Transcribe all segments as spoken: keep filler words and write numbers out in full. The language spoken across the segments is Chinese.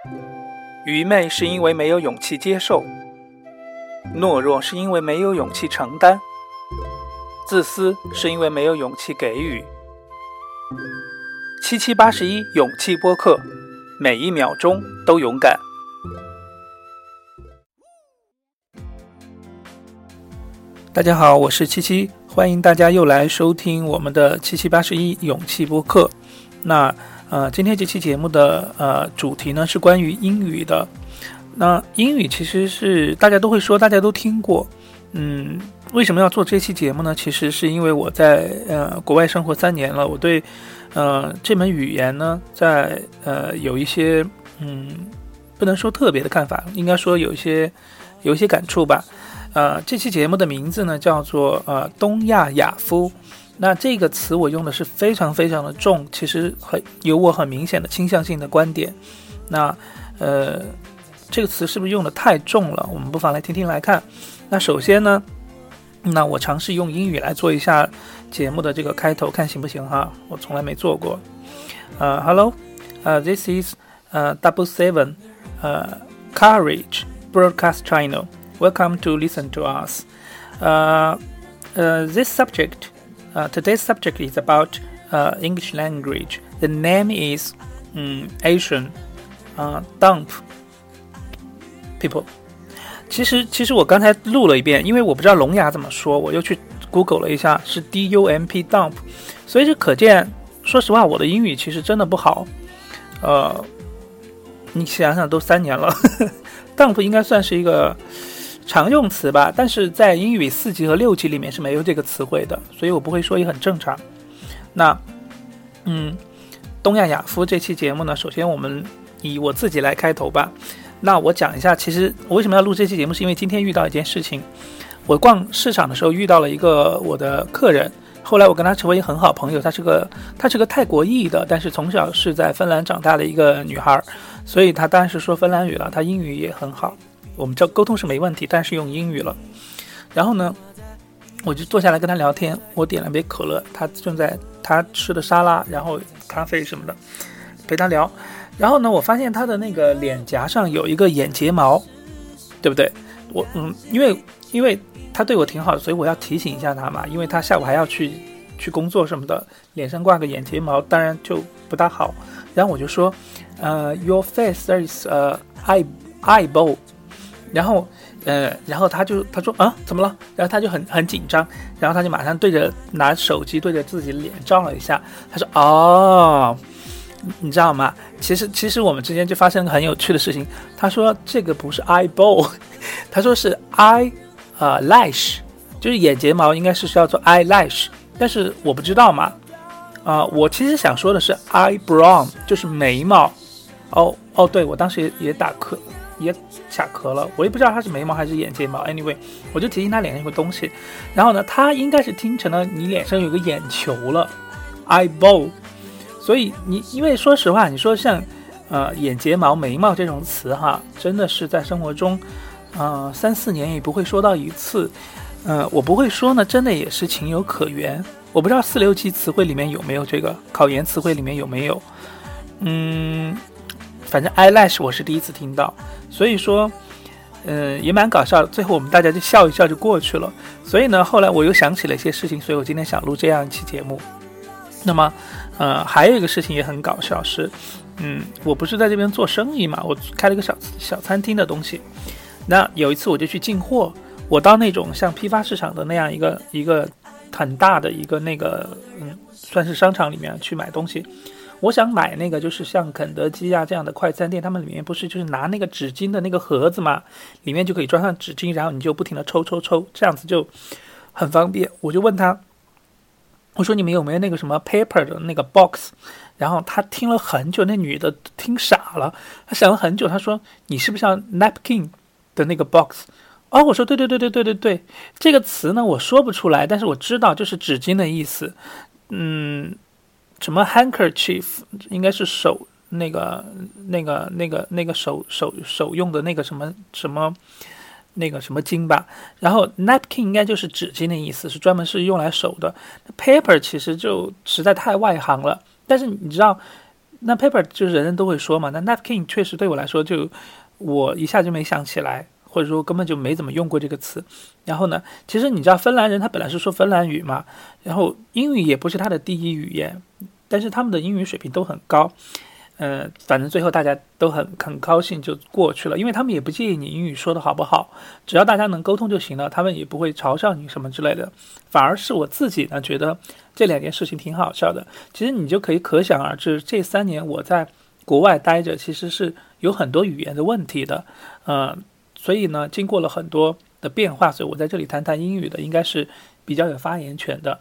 愚昧是因为没有勇气接受，懦弱是因为没有勇气承担，自私是因为没有勇气给予。七七八十一勇气播客，每一秒钟都勇敢。大家好，我是七七，欢迎大家又来收听我们的七七八十一勇气播客。那呃，今天这期节目的呃主题呢是关于英语的。那英语其实是大家都会说，大家都听过。嗯，为什么要做这期节目呢？其实是因为我在呃国外生活三年了，我对呃这门语言呢，在呃有一些嗯不能说特别的看法，应该说有一些有一些感触吧。呃，这期节目的名字呢叫做呃东亚雅夫。那这个词我用的是非常非常的重，其实很有我很明显的倾向性的观点。那呃，这个词是不是用的太重了？我们不妨来听听来看。那首先呢，那我尝试用英语来做一下节目的这个开头，看行不行哈？我从来没做过。呃 ，Hello， 呃、uh, ，This is 呃、uh, Double Seven， 呃、uh, Courage Broadcast Channel。Welcome to listen to us. Uh, uh, this subject.Uh, today's subject is about uh, English language. The name is um, Asian uh, dump people. 其实其实我刚才录了一遍，因为我不知道聋哑怎么说，我又去 Google 了一下，是 D U M P dump。所以这可见，说实话，我的英语其实真的不好。呃，你想想，都三年了，dump 应该算是一个常用词吧，但是在英语四级和六级里面是没有这个词汇的，所以我不会说也很正常。那嗯，东亚雅夫这期节目呢，首先我们以我自己来开头吧。那我讲一下，其实我为什么要录这期节目，是因为今天遇到一件事情。我逛市场的时候遇到了一个我的客人，后来我跟他成为很好朋友。她是个她是个泰国裔的，但是从小是在芬兰长大的一个女孩，所以她当然是说芬兰语了，她英语也很好。我们这沟通是没问题，但是用英语了。然后呢，我就坐下来跟他聊天，我点了杯可乐，他正在他吃的沙拉，然后咖啡什么的，陪他聊。然后呢，我发现他的那个脸颊上有一个眼睫毛，对不对？我嗯，因为因为他对我挺好的，所以我要提醒一下他嘛，因为他下午还要去去工作什么的，脸上挂个眼睫毛，当然就不大好。然后我就说，呃 ，Your face there is a eye eyeball。然后，呃，然后他就他说啊，怎么了？然后他就很很紧张，然后他就马上对着拿手机对着自己脸照了一下。他说哦，你知道吗？其实其实我们之间就发生了很有趣的事情。他说这个不是 eyeball， 他说是 eye 呃 lash， 就是眼睫毛应该是叫做 eyelash， 但是我不知道嘛。啊、呃，我其实想说的是 eyebrow， 就是眉毛。哦哦，对，我当时也也打瞌。也卡壳了，我也不知道他是眉毛还是眼睫毛 anyway， 我就提醒他脸上有个东西，然后呢他应该是听成了你脸上有个眼球了 eyeball。 所以你因为说实话，你说像呃眼睫毛眉毛这种词哈，真的是在生活中呃三四年也不会说到一次。呃我不会说呢，真的也是情有可原。我不知道四六级词汇里面有没有这个，考研词汇里面有没有。嗯反正 eyelash 我是第一次听到，所以说嗯，也蛮搞笑的，最后我们大家就笑一笑就过去了。所以呢后来我又想起了一些事情，所以我今天想录这样一期节目。那么呃，还有一个事情也很搞笑是嗯，我不是在这边做生意嘛，我开了一个小小餐厅的东西。那有一次我就去进货，我到那种像批发市场的那样一个一个很大的一个那个嗯，算是商场里面去买东西。我想买那个就是像肯德基啊这样的快餐店，他们里面不是就是拿那个纸巾的那个盒子嘛，里面就可以装上纸巾，然后你就不停的抽抽抽，这样子就很方便。我就问他，我说你们有没有那个什么 paper 的那个 box？ 然后他听了很久，那女的听傻了，她想了很久，她说你是不是要 napkin 的那个 box？ 哦，我说对对对对对对对，这个词呢我说不出来，但是我知道就是纸巾的意思。嗯。什么 handkerchief 应该是手那个那个那个那个手手手用的那个什么什么那个什么巾吧，然后 napkin 应该就是纸巾的意思，是专门是用来手的。paper 其实就实在太外行了，但是你知道那 paper 就是人人都会说嘛，那 napkin 确实对我来说就我一下就没想起来，或者说根本就没怎么用过这个词。然后呢，其实你知道芬兰人他本来是说芬兰语嘛，然后英语也不是他的第一语言，但是他们的英语水平都很高。呃，反正最后大家都很很高兴就过去了，因为他们也不介意你英语说的好不好，只要大家能沟通就行了，他们也不会嘲笑你什么之类的。反而是我自己呢，觉得这两件事情挺好笑的。其实你就可以可想而知，这三年我在国外待着，其实是有很多语言的问题的，呃，所以呢，经过了很多的变化，所以我在这里谈谈英语的，应该是比较有发言权的。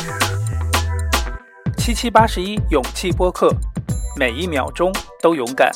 七七八十一勇气播客，每一秒钟都勇敢。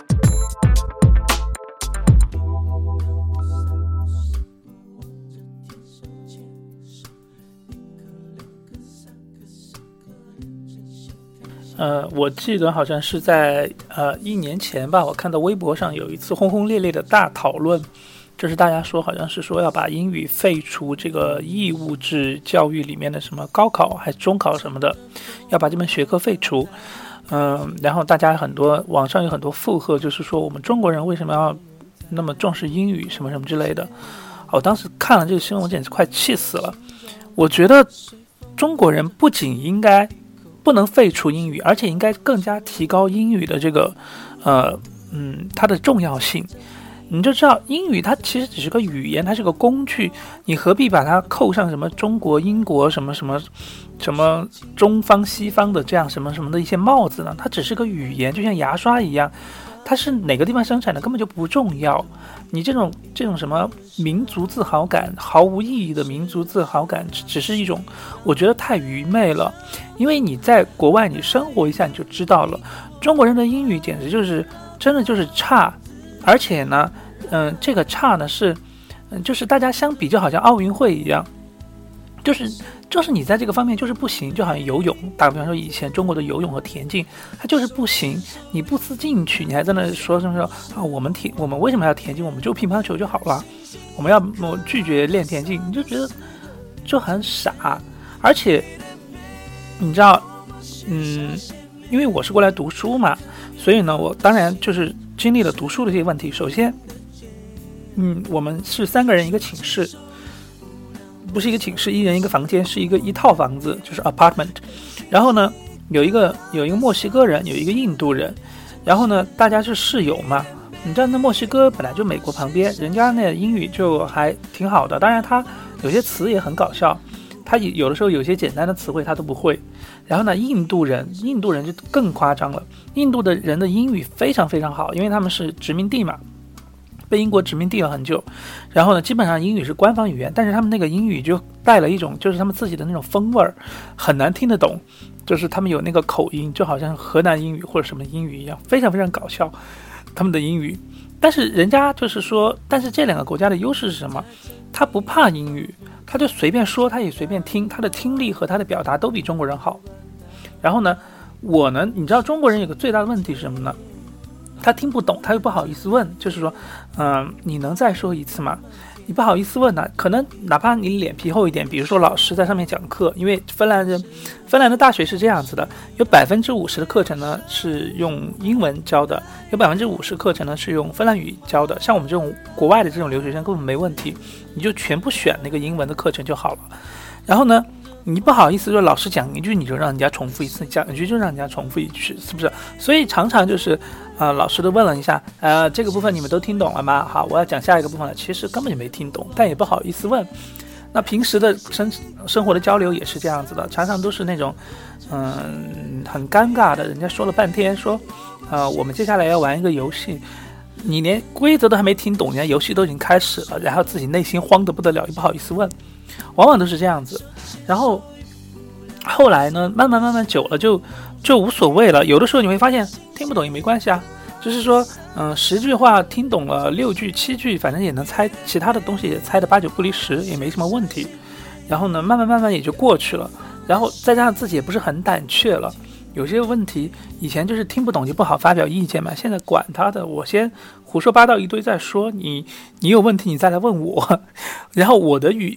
呃，我记得好像是在呃一年前吧，我看到微博上有一次轰轰烈烈的大讨论，就是大家说好像是说要把英语废除这个义务制教育里面的什么高考还是中考什么的，要把这门学科废除。嗯，然后大家很多网上有很多附和，就是说我们中国人为什么要那么重视英语什么什么之类的。我当时看了这个新闻，我简直快气死了。我觉得中国人不仅应该不能废除英语，而且应该更加提高英语的这个呃嗯它的重要性。你就知道英语它其实只是个语言，它是个工具，你何必把它扣上什么中国英国什么什么什么中方西方的这样什么什么的一些帽子呢？它只是个语言，就像牙刷一样，它是哪个地方生产的根本就不重要。你这种这种什么民族自豪感，毫无意义的民族自豪感，只是一种我觉得太愚昧了。因为你在国外你生活一下你就知道了，中国人的英语简直就是真的就是差。而且呢，嗯、呃，这个差呢是，嗯，就是大家相比就好像奥运会一样，就是就是你在这个方面就是不行，就好像游泳，打比方说以前中国的游泳和田径，它就是不行，你不思进取，你还在那说什么说啊，我们田我们为什么要田径？我们就乒乓球就好了，我们要我拒绝练田径，你就觉得就很傻。而且你知道，嗯，因为我是过来读书嘛，所以呢，我当然就是经历了读书的这些问题。首先，嗯，我们是三个人一个寝室，不是一个寝室，一人一个房间，是一个一套房子，就是 apartment。然后呢，有一个有一个墨西哥人，有一个印度人，然后呢，大家是室友嘛。你知道，那墨西哥本来就美国旁边，人家那英语就还挺好的，当然他有些词也很搞笑，他有的时候有些简单的词汇他都不会。然后呢，印度人，印度人就更夸张了。印度的人的英语非常非常好，因为他们是殖民地嘛，被英国殖民地了很久。然后呢，基本上英语是官方语言，但是他们那个英语就带了一种就是他们自己的那种风味儿，很难听得懂。就是他们有那个口音，就好像河南英语或者什么英语一样，非常非常搞笑。他们的英语，但是人家就是说，但是这两个国家的优势是什么？他不怕英语，他就随便说，他也随便听，他的听力和他的表达都比中国人好。然后呢，我呢，你知道中国人有个最大的问题是什么呢？他听不懂，他又不好意思问，就是说，嗯、呃，你能再说一次吗？你不好意思问呢、啊，可能哪怕你脸皮厚一点，比如说老师在上面讲课，因为芬兰人，芬兰的大学是这样子的，有百分之五十的课程呢是用英文教的，有百分之五十课程呢是用芬兰语教的。像我们这种国外的这种留学生根本没问题，你就全部选那个英文的课程就好了。然后呢，你不好意思说老师讲一句你就让人家重复一次，讲一句就让人家重复一句，是不是？所以常常就是呃，老师都问了一下，呃，这个部分你们都听懂了吗？好，我要讲下一个部分了，其实根本就没听懂，但也不好意思问。那平时的生生活的交流也是这样子的，常常都是那种嗯、呃、很尴尬的，人家说了半天说呃我们接下来要玩一个游戏，你连规则都还没听懂，人家游戏都已经开始了，然后自己内心慌得不得了，也不好意思问，往往都是这样子。然后后来呢，慢慢慢慢久了就就无所谓了，有的时候你会发现听不懂也没关系啊，就是说嗯、呃，十句话听懂了六句七句，反正也能猜，其他的东西也猜得八九不离十，也没什么问题。然后呢，慢慢慢慢也就过去了，然后再加上自己也不是很胆怯了，有些问题以前就是听不懂就不好发表意见嘛，现在管他的，我先胡说八道一堆再说，你你有问题你再来问我，然后我的语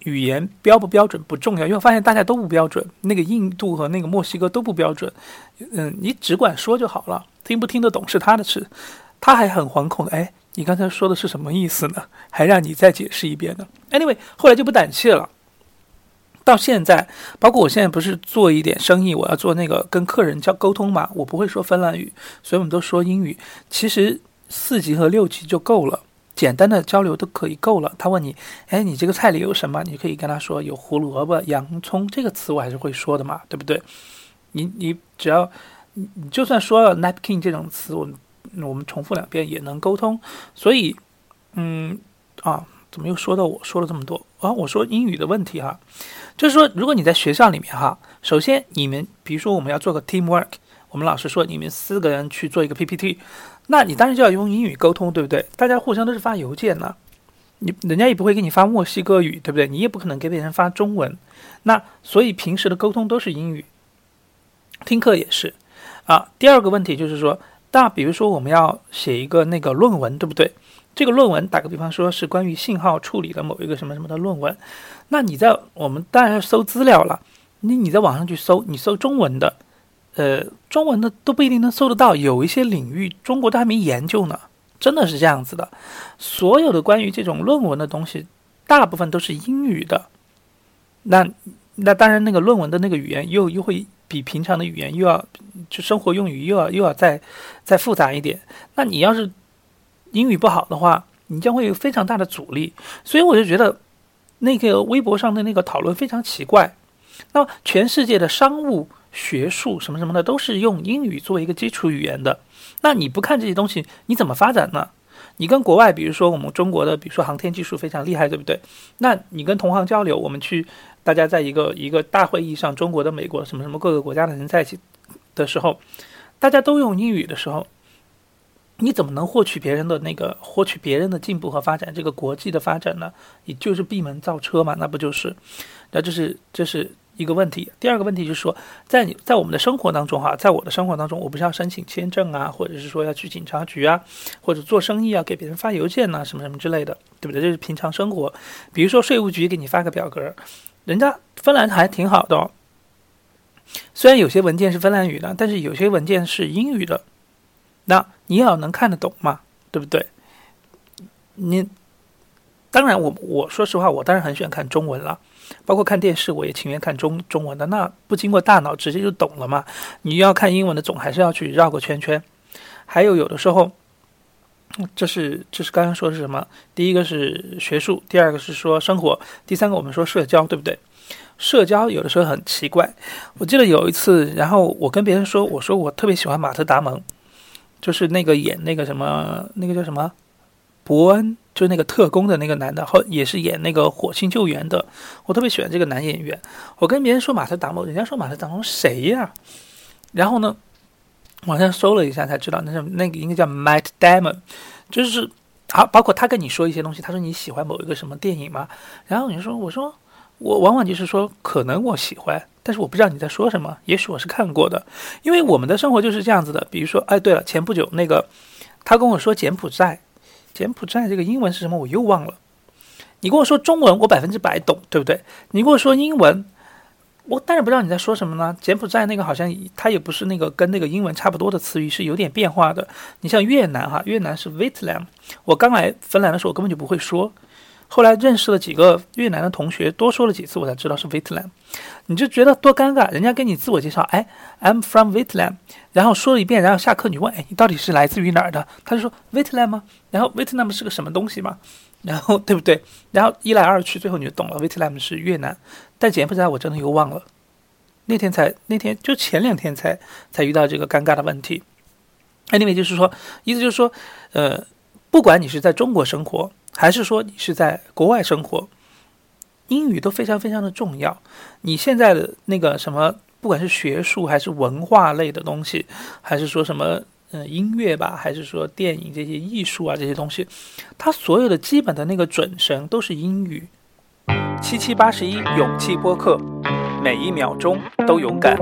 语言标不标准不重要，因为我发现大家都不标准，那个印度和那个墨西哥都不标准。嗯，你只管说就好了，听不听得懂是他的事。他还很惶恐的，哎，你刚才说的是什么意思呢？还让你再解释一遍呢。Anyway， 后来就不胆怯了。到现在，包括我现在不是做一点生意，我要做那个跟客人交沟通嘛，我不会说芬兰语，所以我们都说英语。其实四级和六级就够了，简单的交流都可以够了。他问你，哎，你这个菜里有什么？你可以跟他说有胡萝卜、洋葱，这个词我还是会说的嘛，对不对？你你只要你就算说了 napkin 这种词，我们我们重复两遍也能沟通。所以，嗯啊。怎么又说到我说了这么多啊？我说英语的问题哈，就是说，如果你在学校里面哈，首先你们比如说我们要做个 teamwork， 我们老师说你们四个人去做一个 P P T， 那你当然就要用英语沟通，对不对？大家互相都是发邮件呢，你人家也不会给你发墨西哥语，对不对？你也不可能给别人发中文，那所以平时的沟通都是英语，听课也是啊。第二个问题就是说，那比如说我们要写一个那个论文，对不对？这个论文打个比方说是关于信号处理的某一个什么什么的论文，那你在我们当然要搜资料了，你你在网上去搜，你搜中文的，呃，中文的都不一定能搜得到，有一些领域中国都还没研究呢，真的是这样子的。所有的关于这种论文的东西，大部分都是英语的，那那当然那个论文的那个语言又又会比平常的语言又要就生活用语又要又要再再复杂一点，那你要是英语不好的话，你将会有非常大的阻力。所以我就觉得那个微博上的那个讨论非常奇怪。那全世界的商务、学术什么什么的都是用英语作为一个基础语言的，那你不看这些东西，你怎么发展呢？你跟国外，比如说我们中国的，比如说航天技术非常厉害，对不对？那你跟同行交流，我们去大家在一个一个大会议上，中国的、美国什么什么各个国家的人在一起的时候，大家都用英语的时候，你怎么能获取别人的那个获取别人的进步和发展，这个国际的发展呢？也就是闭门造车嘛，那不就是？那这是这是一个问题。第二个问题就是说，在你在我们的生活当中哈，在我的生活当中，我不是要申请签证啊，或者是说要去警察局啊，或者做生意啊，给别人发邮件啊，什么什么之类的，对不对？这是平常生活。比如说税务局给你发个表格，人家芬兰还挺好的哦，虽然有些文件是芬兰语的，但是有些文件是英语的。那你也要能看得懂嘛，对不对？你当然我，我我说实话，我当然很喜欢看中文了，包括看电视，我也情愿看中中文的。那不经过大脑，直接就懂了嘛。你要看英文的，总还是要去绕个圈圈。还有有的时候，这是这是刚刚说的是什么？第一个是学术，第二个是说生活，第三个我们说社交，对不对？社交有的时候很奇怪。我记得有一次，然后我跟别人说，我说我特别喜欢马特·达蒙。就是那个演那个什么，那个叫什么，伯恩，就是那个特工的那个男的，后也是演那个火星救援的。我特别喜欢这个男演员。我跟别人说马特·达蒙，人家说马特·达蒙谁呀？然后呢，网上搜了一下才知道，那是那个应该叫 Matt Damon， 就是好，包括他跟你说一些东西，他说你喜欢某一个什么电影吗？然后你说，我说我往往就是说，可能我喜欢。但是我不知道你在说什么，也许我是看过的，因为我们的生活就是这样子的。比如说，哎，对了，前不久那个他跟我说柬埔寨，柬埔寨这个英文是什么我又忘了。你跟我说中文，我百分之百懂，对不对？你跟我说英文，我当然不知道你在说什么呢。柬埔寨那个好像它也不是那个跟那个英文差不多的词语，是有点变化的。你像越南哈，越南是 Vietnam， 我刚来芬兰的时候我根本就不会说。后来认识了几个越南的同学，多说了几次，我才知道是 Vietnam。你就觉得多尴尬，人家跟你自我介绍，哎 ，I'm from Vietnam， 然后说了一遍，然后下课你问，哎，你到底是来自于哪儿的？他就说 Vietnam 吗？然后 Vietnam 是个什么东西吗？然后对不对？然后一来二去，最后你就懂了 ，Vietnam 是越南。但柬埔寨我真的又忘了，那天才那天就前两天才才遇到这个尴尬的问题。Anyway， 就是说，意思就是说，呃，不管你是在中国生活，还是说你是在国外生活，英语都非常非常的重要。你现在的那个什么，不管是学术还是文化类的东西，还是说什么呃音乐吧，还是说电影这些艺术啊这些东西，它所有的基本的那个准绳都是英语。七七八十一勇气播客，每一秒钟都勇敢。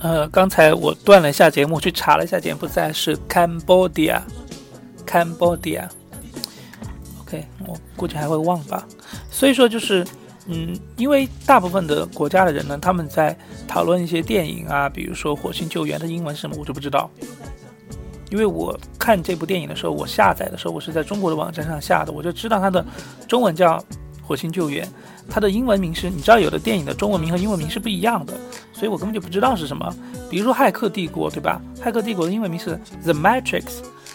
呃，刚才我断了一下节目，去查了一下柬埔寨是 Cambodia，Cambodia。OK， 我估计还会忘吧。所以说就是，嗯，因为大部分的国家的人呢，他们在讨论一些电影啊，比如说《火星救援》的英文是什么，我就不知道。因为我看这部电影的时候，我下载的时候，我是在中国的网站上下的，我就知道它的中文叫《火星救援》，它的英文名是，你知道有的电影的中文名和英文名是不一样的，所以我根本就不知道是什么。比如说《骇客帝国》，对吧？《骇客帝国》的英文名是 The Matrix，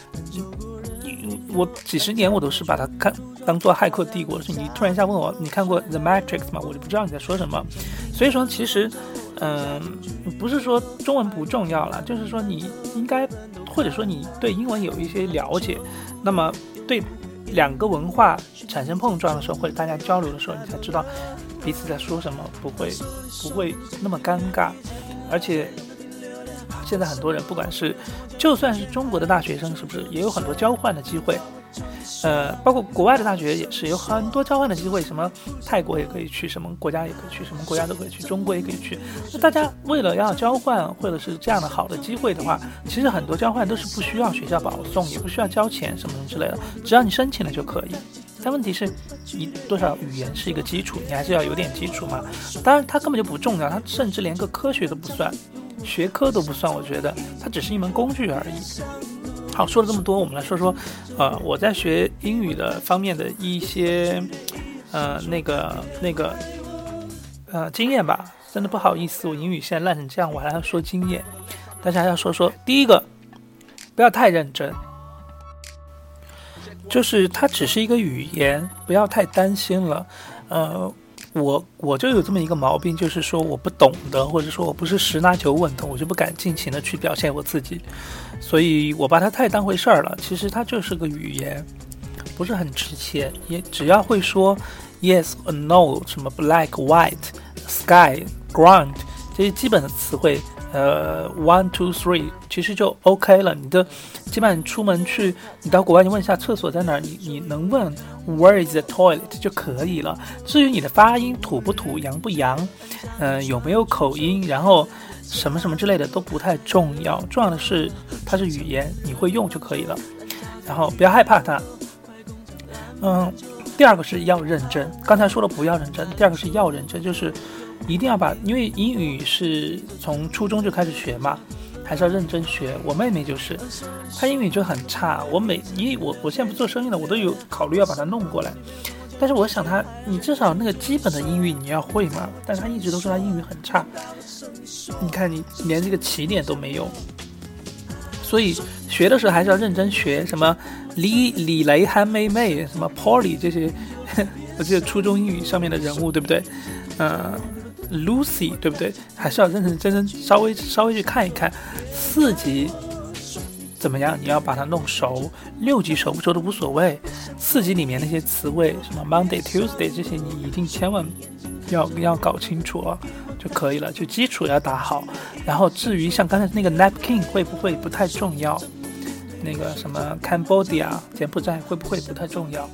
我几十年我都是把它看当做《骇客帝国》的事情。你突然一下问我，你看过 The Matrix 吗？我就不知道你在说什么。所以说，其实，嗯、呃，不是说中文不重要了，就是说你应该，或者说你对英文有一些了解，那么对两个文化产生碰撞的时候，或者大家交流的时候，你才知道彼此在说什么，不会不会那么尴尬。而且现在很多人，不管是就算是中国的大学生，是不是也有很多交换的机会？呃，包括国外的大学也是有很多交换的机会，什么泰国也可以去，什么国家也可以去，什么国家都可以去，中国也可以去。那大家为了要交换，或者是这样的好的机会的话，其实很多交换都是不需要学校保送，也不需要交钱什么之类的，只要你申请了就可以。但问题是，你多少语言是一个基础，你还是要有点基础嘛。当然，它根本就不重要，它甚至连个科学都不算，学科都不算，我觉得它只是一门工具而已。好，说了这么多，我们来说说，呃，我在学英语的方面的一些，呃，那个那个，呃，经验吧。真的不好意思，我英语现在烂成这样，我还要说经验。但是还要说说，第一个，不要太认真，就是它只是一个语言，不要太担心了。呃，我我就有这么一个毛病，就是说我不懂的，或者说我不是十拿九稳的，我就不敢尽情的去表现我自己。所以我把它太当回事儿了，其实它就是个语言，不是很值钱，也只要会说 yes or no， 什么 black white sky ground 这些基本的词汇，呃 one two three 其实就 OK 了。你的基本上出门去，你到国外你问一下厕所在哪儿，你你能问 where is the toilet 就可以了。至于你的发音土不土洋不洋，呃有没有口音，然后什么什么之类的都不太重要，重要的是它是语言，你会用就可以了。然后不要害怕它。嗯，第二个是要认真，刚才说了不要认真，第二个是要认真，就是一定要把，因为英语是从初中就开始学嘛，还是要认真学。我妹妹就是，她英语就很差，我每一我我现在不做生意了，我都有考虑要把她弄过来。但是我想她，你至少那个基本的英语你要会嘛，但是她一直都说她英语很差。你看你连这个起点都没有，所以学的时候还是要认真学，什么李李雷、韩梅梅、什么 Polly 这些，我记得初中英语上面的人物，对不对？呃 ，Lucy 对不对？还是要认认真真稍微稍微去看一看。四级怎么样？你要把它弄熟，六级熟不熟都无所谓。四级里面那些词汇，什么 Monday、Tuesday 这些，你一定千万要要搞清楚啊。就可以了，就基础要打好。然后至于像刚才那个 napkin 会不会不太重要，那个什么 Cambodia 柬埔寨会不会不太重要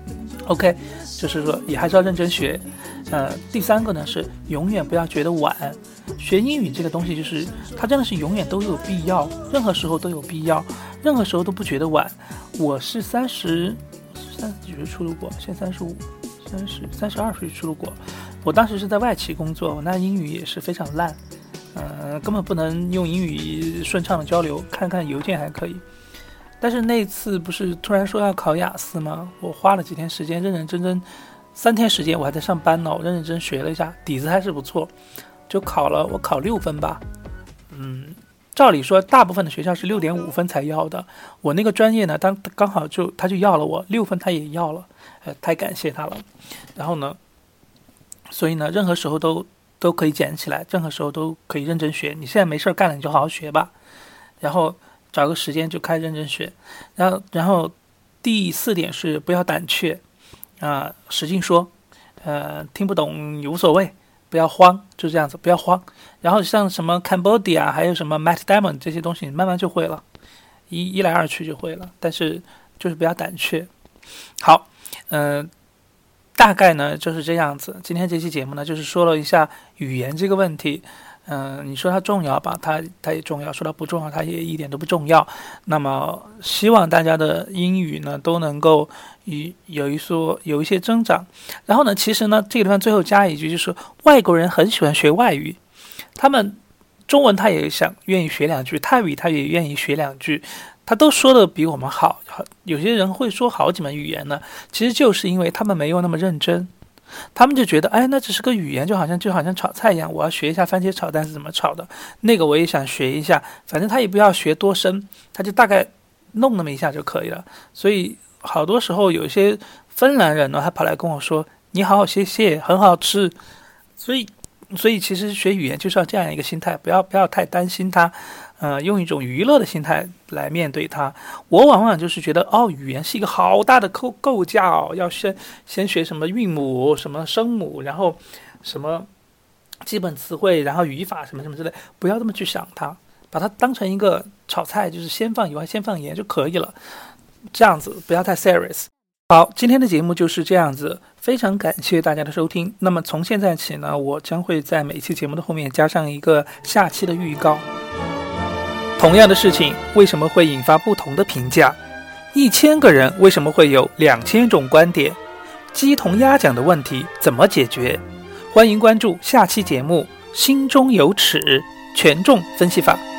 OK， 就是说也还是要认真学。呃，第三个呢是永远不要觉得晚。学英语这个东西就是它真的是永远都有必要，任何时候都有必要，任何时候都不觉得晚。我是三十三十几岁出国，现在三十五三十三十二岁出国。我当时是在外企工作，我那英语也是非常烂，呃，根本不能用英语顺畅的交流，看看邮件还可以。但是那次不是突然说要考雅思吗？我花了几天时间，认认真真，三天时间，我还在上班呢，我认认真学了一下，底子还是不错，就考了，我考六分吧。嗯，照理说大部分的学校是六点五分才要的，我那个专业呢，当刚好就他就要了我六分，他也要了，呃，太感谢他了。然后呢？所以呢，任何时候都都可以捡起来，任何时候都可以认真学。你现在没事干了，你就好好学吧，然后找个时间就开始认真学。然后，然后第四点是不要胆怯啊、呃，使劲说，呃，听不懂也无所谓，不要慌，就这样子，不要慌。然后像什么 Cambodia 还有什么 Matt Damon 这些东西，你慢慢就会了，一一来二去就会了。但是就是不要胆怯。好，嗯、呃。大概呢就是这样子。今天这期节目呢，就是说了一下语言这个问题。 嗯、呃，你说它重要吧，它它也重要；说它不重要，它也一点都不重要。那么，希望大家的英语呢都能够有有一说有一些增长。然后呢，其实呢，这个地方最后加一句，就是外国人很喜欢学外语，他们中文他也想愿意学两句，泰语他也愿意学两句，他都说的比我们好。有些人会说好几门语言呢，其实就是因为他们没有那么认真。他们就觉得，哎，那只是个语言，就好像就好像炒菜一样，我要学一下番茄炒蛋是怎么炒的，那个我也想学一下，反正他也不要学多深，他就大概弄那么一下就可以了。所以好多时候有一些芬兰人呢，他跑来跟我说，你好好谢谢，很好吃。所以所以其实学语言就是要这样一个心态，不要不要太担心它，呃，用一种娱乐的心态来面对它。我往往就是觉得，哦，语言是一个好大的构构架哦，要先先学什么韵母、什么声母，然后什么基本词汇，然后语法什么什么之类，不要这么去想它，把它当成一个炒菜，就是先放油先放盐就可以了，这样子不要太 serious。好，今天的节目就是这样子，非常感谢大家的收听。那么从现在起呢，我将会在每期节目的后面加上一个下期的预告。同样的事情为什么会引发不同的评价？一千个人为什么会有两千种观点？鸡同鸭讲的问题怎么解决？欢迎关注下期节目《心中有尺》权重分析法。